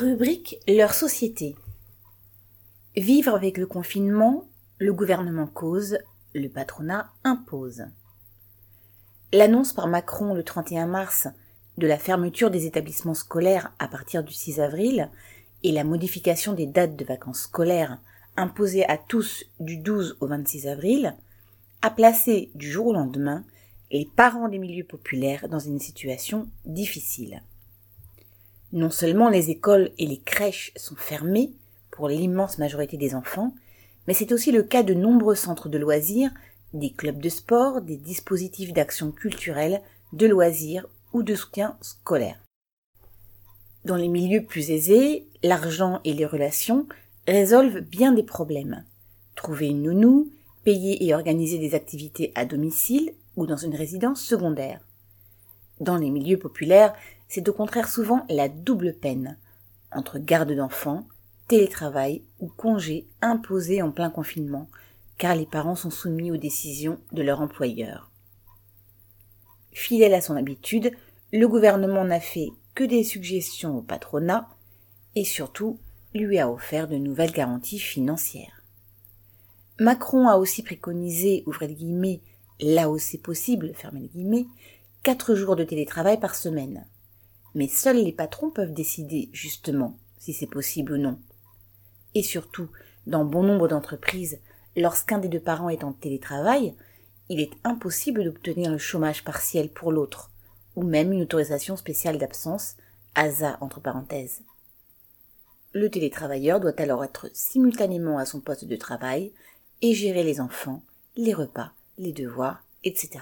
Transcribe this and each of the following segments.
Rubrique leur société. Vivre avec le confinement, le gouvernement cause, le patronat impose. L'annonce par Macron le 31 mars de la fermeture des établissements scolaires à partir du 6 avril et la modification des dates de vacances scolaires imposées à tous du 12 au 26 avril a placé du jour au lendemain les parents des milieux populaires dans une situation difficile. Non seulement les écoles et les crèches sont fermées pour l'immense majorité des enfants, mais c'est aussi le cas de nombreux centres de loisirs, des clubs de sport, des dispositifs d'action culturelle, de loisirs ou de soutien scolaire. Dans les milieux plus aisés, l'argent et les relations résolvent bien des problèmes. Trouver une nounou, payer et organiser des activités à domicile ou dans une résidence secondaire. Dans les milieux populaires, c'est au contraire souvent la double peine, entre garde d'enfants, télétravail ou congés imposés en plein confinement, car les parents sont soumis aux décisions de leur employeur. Fidèle à son habitude, le gouvernement n'a fait que des suggestions au patronat et surtout lui a offert de nouvelles garanties financières. Macron a aussi préconisé, ouvrez les guillemets, là où c'est possible, fermez les guillemets, 4 jours de télétravail par semaine. Mais seuls les patrons peuvent décider, justement, si c'est possible ou non. Et surtout, dans bon nombre d'entreprises, lorsqu'un des deux parents est en télétravail, il est impossible d'obtenir le chômage partiel pour l'autre, ou même une autorisation spéciale d'absence, ASA entre parenthèses. Le télétravailleur doit alors être simultanément à son poste de travail et gérer les enfants, les repas, les devoirs, etc.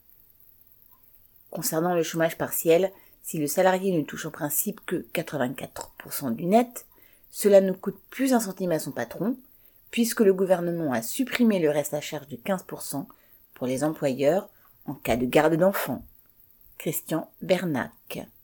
Concernant le chômage partiel, si le salarié ne touche en principe que 84% du net, cela ne coûte plus un centime à son patron, puisque le gouvernement a supprimé le reste à charge de 15% pour les employeurs en cas de garde d'enfants. Christian Bernac.